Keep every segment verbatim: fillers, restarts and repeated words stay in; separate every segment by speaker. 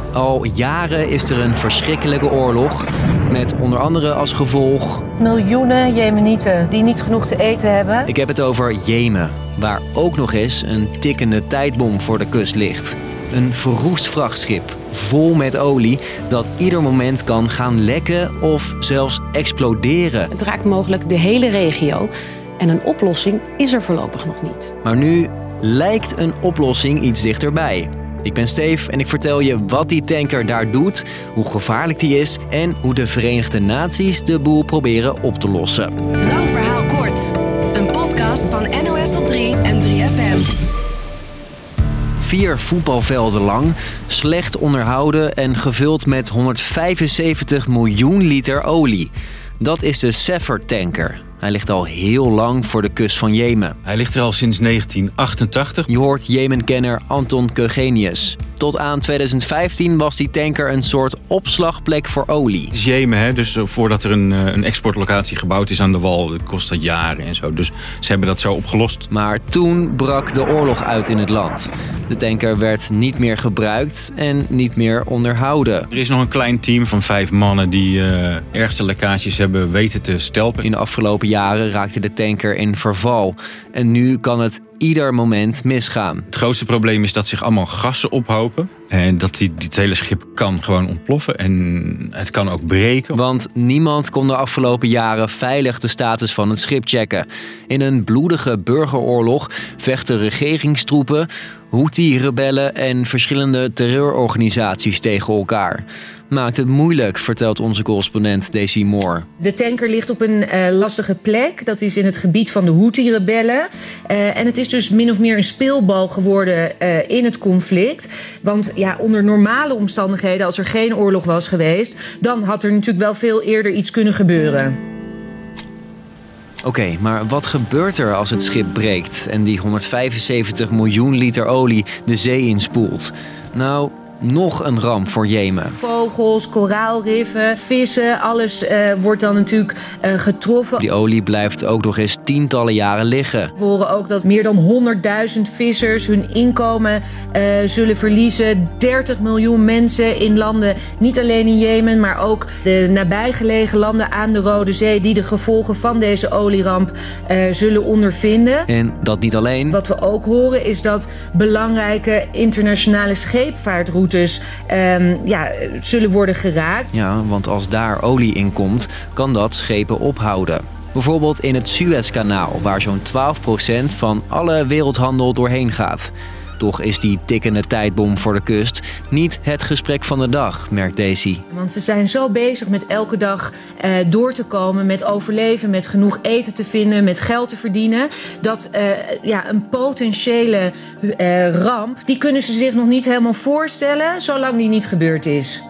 Speaker 1: Al jaren is er een verschrikkelijke oorlog, met onder andere als gevolg
Speaker 2: miljoenen Jemenieten die niet genoeg te eten hebben.
Speaker 1: Ik heb het over Jemen, waar ook nog eens een tikkende tijdbom voor de kust ligt. Een verroest vrachtschip, vol met olie, dat ieder moment kan gaan lekken of zelfs exploderen.
Speaker 3: Het raakt mogelijk de hele regio en een oplossing is er voorlopig nog niet.
Speaker 1: Maar nu lijkt een oplossing iets dichterbij. Ik ben Steve en ik vertel je wat die tanker daar doet, hoe gevaarlijk die is en hoe de Verenigde Naties de boel proberen op te lossen.
Speaker 4: Lang verhaal kort. Een podcast van N O S op drie en drie F M.
Speaker 1: Vier voetbalvelden lang, slecht onderhouden en gevuld met honderdvijfenzeventig miljoen liter olie. Dat is de Zephyr-tanker. Hij ligt al heel lang voor de kust van Jemen.
Speaker 5: Hij ligt er al sinds negentien achtentachtig.
Speaker 1: Je hoort Jemen-kenner Anton Keugenius. Tot aan tweeduizend vijftien was die tanker een soort opslagplek voor olie.
Speaker 5: Het is Jemen, hè? Dus voordat er een, een exportlocatie gebouwd is aan de wal, kost dat jaren en zo. Dus ze hebben dat zo opgelost.
Speaker 1: Maar toen brak de oorlog uit in het land. De tanker werd niet meer gebruikt en niet meer onderhouden.
Speaker 5: Er is nog een klein team van vijf mannen die uh, ergste lekkages hebben weten te stelpen.
Speaker 1: In de afgelopen jaren raakte de tanker in verval. En nu kan het ieder moment misgaan.
Speaker 5: Het grootste probleem is dat zich allemaal gassen ophopen. En dat die, dit hele schip kan gewoon ontploffen. En het kan ook breken.
Speaker 1: Want niemand kon de afgelopen jaren veilig de status van het schip checken. In een bloedige burgeroorlog vechten regeringstroepen, Houthi-rebellen en verschillende terreurorganisaties tegen elkaar. Maakt het moeilijk, vertelt onze correspondent Daisy Moore.
Speaker 2: De tanker ligt op een uh, lastige plek. Dat is in het gebied van de Houthi-rebellen. Uh, en het is dus min of meer een speelbal geworden uh, in het conflict. Want ja, onder normale omstandigheden, als er geen oorlog was geweest, dan had er natuurlijk wel veel eerder iets kunnen gebeuren.
Speaker 1: Oké, okay, maar wat gebeurt er als het schip breekt en die honderdvijfenzeventig miljoen liter olie de zee inspoelt? Nou, nog een ramp voor Jemen.
Speaker 2: Vogels, koraalriffen, vissen, alles uh, wordt dan natuurlijk uh, getroffen.
Speaker 1: Die olie blijft ook nog eens tientallen jaren liggen.
Speaker 2: We horen ook dat meer dan honderdduizend vissers hun inkomen uh, zullen verliezen. dertig miljoen mensen in landen, niet alleen in Jemen, maar ook de nabijgelegen landen aan de Rode Zee, die de gevolgen van deze olieramp uh, zullen ondervinden.
Speaker 1: En dat niet alleen.
Speaker 2: Wat we ook horen is dat belangrijke internationale scheepvaartroutes Dus um, ja, zullen worden geraakt.
Speaker 1: Ja, want als daar olie in komt, kan dat schepen ophouden. Bijvoorbeeld in het Suezkanaal, waar zo'n twaalf procent van alle wereldhandel doorheen gaat. Toch is die tikkende tijdbom voor de kust niet het gesprek van de dag, merkt Daisy.
Speaker 2: Want ze zijn zo bezig met elke dag uh, door te komen, met overleven, met genoeg eten te vinden, met geld te verdienen, dat uh, ja, een potentiële uh, ramp, die kunnen ze zich nog niet helemaal voorstellen, zolang die niet gebeurd is.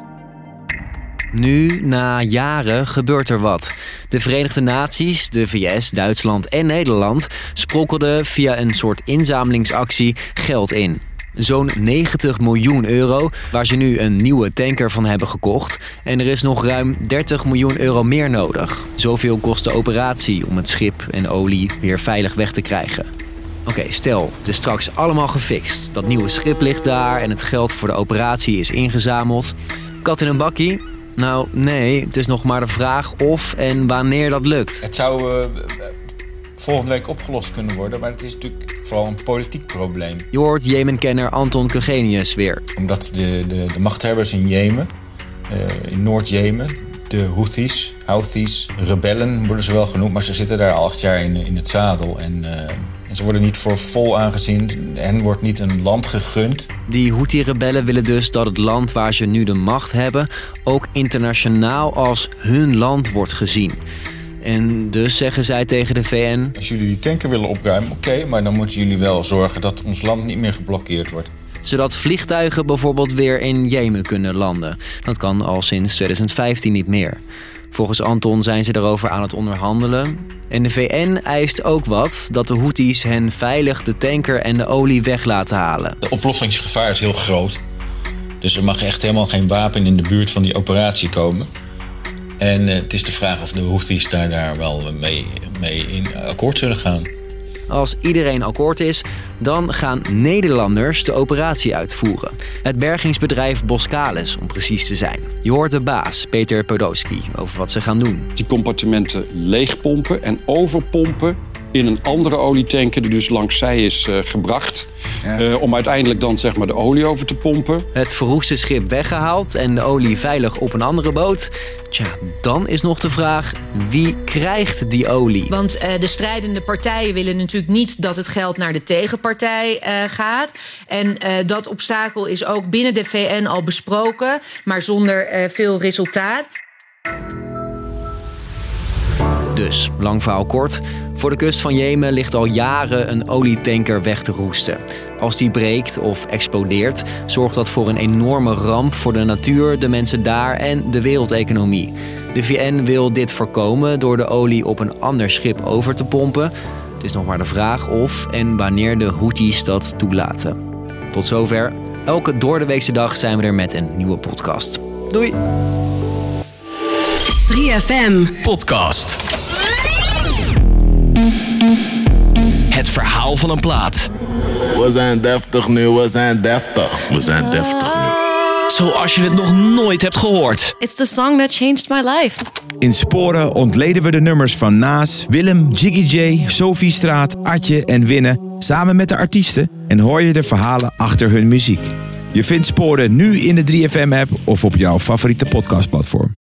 Speaker 1: Nu, na jaren, gebeurt er wat. De Verenigde Naties, de V S, Duitsland en Nederland sprokkelden via een soort inzamelingsactie geld in. Zo'n negentig miljoen euro, waar ze nu een nieuwe tanker van hebben gekocht. En er is nog ruim dertig miljoen euro meer nodig. Zoveel kost de operatie om het schip en olie weer veilig weg te krijgen. Oké, okay, stel, het is straks allemaal gefixt. Dat nieuwe schip ligt daar en het geld voor de operatie is ingezameld. Kat in een bakkie? Nou, nee, het is nog maar de vraag of en wanneer dat lukt.
Speaker 6: Het zou uh, volgende week opgelost kunnen worden, maar het is natuurlijk vooral een politiek probleem.
Speaker 1: Je hoort Jemen-kenner Anton Keugenius weer.
Speaker 6: Omdat de, de, de machthebbers in Jemen, uh, in Noord-Jemen, de Houthis, Houthis, rebellen worden ze wel genoemd, maar ze zitten daar al acht jaar in, in het zadel. En, uh, en ze worden niet voor vol aangezien. Hen wordt niet een land gegund.
Speaker 1: Die Houthi-rebellen willen dus dat het land waar ze nu de macht hebben ook internationaal als hun land wordt gezien. En dus zeggen zij tegen de V N:
Speaker 6: als jullie die tanker willen opruimen, oké, okay, maar dan moeten jullie wel zorgen dat ons land niet meer geblokkeerd wordt.
Speaker 1: Zodat vliegtuigen bijvoorbeeld weer in Jemen kunnen landen. Dat kan al sinds tweeduizend vijftien niet meer. Volgens Anton zijn ze erover aan het onderhandelen. En de V N eist ook wat, dat de Houthis hen veilig de tanker en de olie weg laten halen.
Speaker 6: De oplossingsgevaar is heel groot. Dus er mag echt helemaal geen wapen in de buurt van die operatie komen. En uh, het is de vraag of de Houthis daar, daar wel mee, mee in akkoord zullen gaan.
Speaker 1: Als iedereen akkoord is, dan gaan Nederlanders de operatie uitvoeren. Het bergingsbedrijf Boskalis, om precies te zijn. Je hoort de baas, Peter Podolski, over wat ze gaan doen.
Speaker 7: Die compartimenten leegpompen en overpompen in een andere olietanker die dus langs zij is uh, gebracht. Ja. Uh, om uiteindelijk dan zeg maar de olie over te pompen.
Speaker 1: Het verroeste schip weggehaald en de olie veilig op een andere boot. Tja, dan is nog de vraag, wie krijgt die olie?
Speaker 2: Want uh, de strijdende partijen willen natuurlijk niet dat het geld naar de tegenpartij uh, gaat. En uh, dat obstakel is ook binnen de V N al besproken, maar zonder uh, veel resultaat.
Speaker 1: Dus, lang verhaal kort. Voor de kust van Jemen ligt al jaren een olietanker weg te roesten. Als die breekt of explodeert, zorgt dat voor een enorme ramp voor de natuur, de mensen daar en de wereldeconomie. De V N wil dit voorkomen door de olie op een ander schip over te pompen. Het is nog maar de vraag of en wanneer de Houthis dat toelaten. Tot zover. Elke doordeweekse dag zijn we er met een nieuwe podcast. Doei!
Speaker 4: drie F M
Speaker 8: Podcast. Het verhaal van een plaat.
Speaker 9: We zijn deftig nu, we zijn deftig. We zijn deftig nu.
Speaker 8: Zoals je het nog nooit hebt gehoord.
Speaker 3: It's the song that changed my life.
Speaker 10: In Sporen ontleden we de nummers van Naas, Willem, Jiggy J, Sophie Straat, Atje en Winne samen met de artiesten en hoor je de verhalen achter hun muziek. Je vindt Sporen nu in de drie F M app of op jouw favoriete podcastplatform.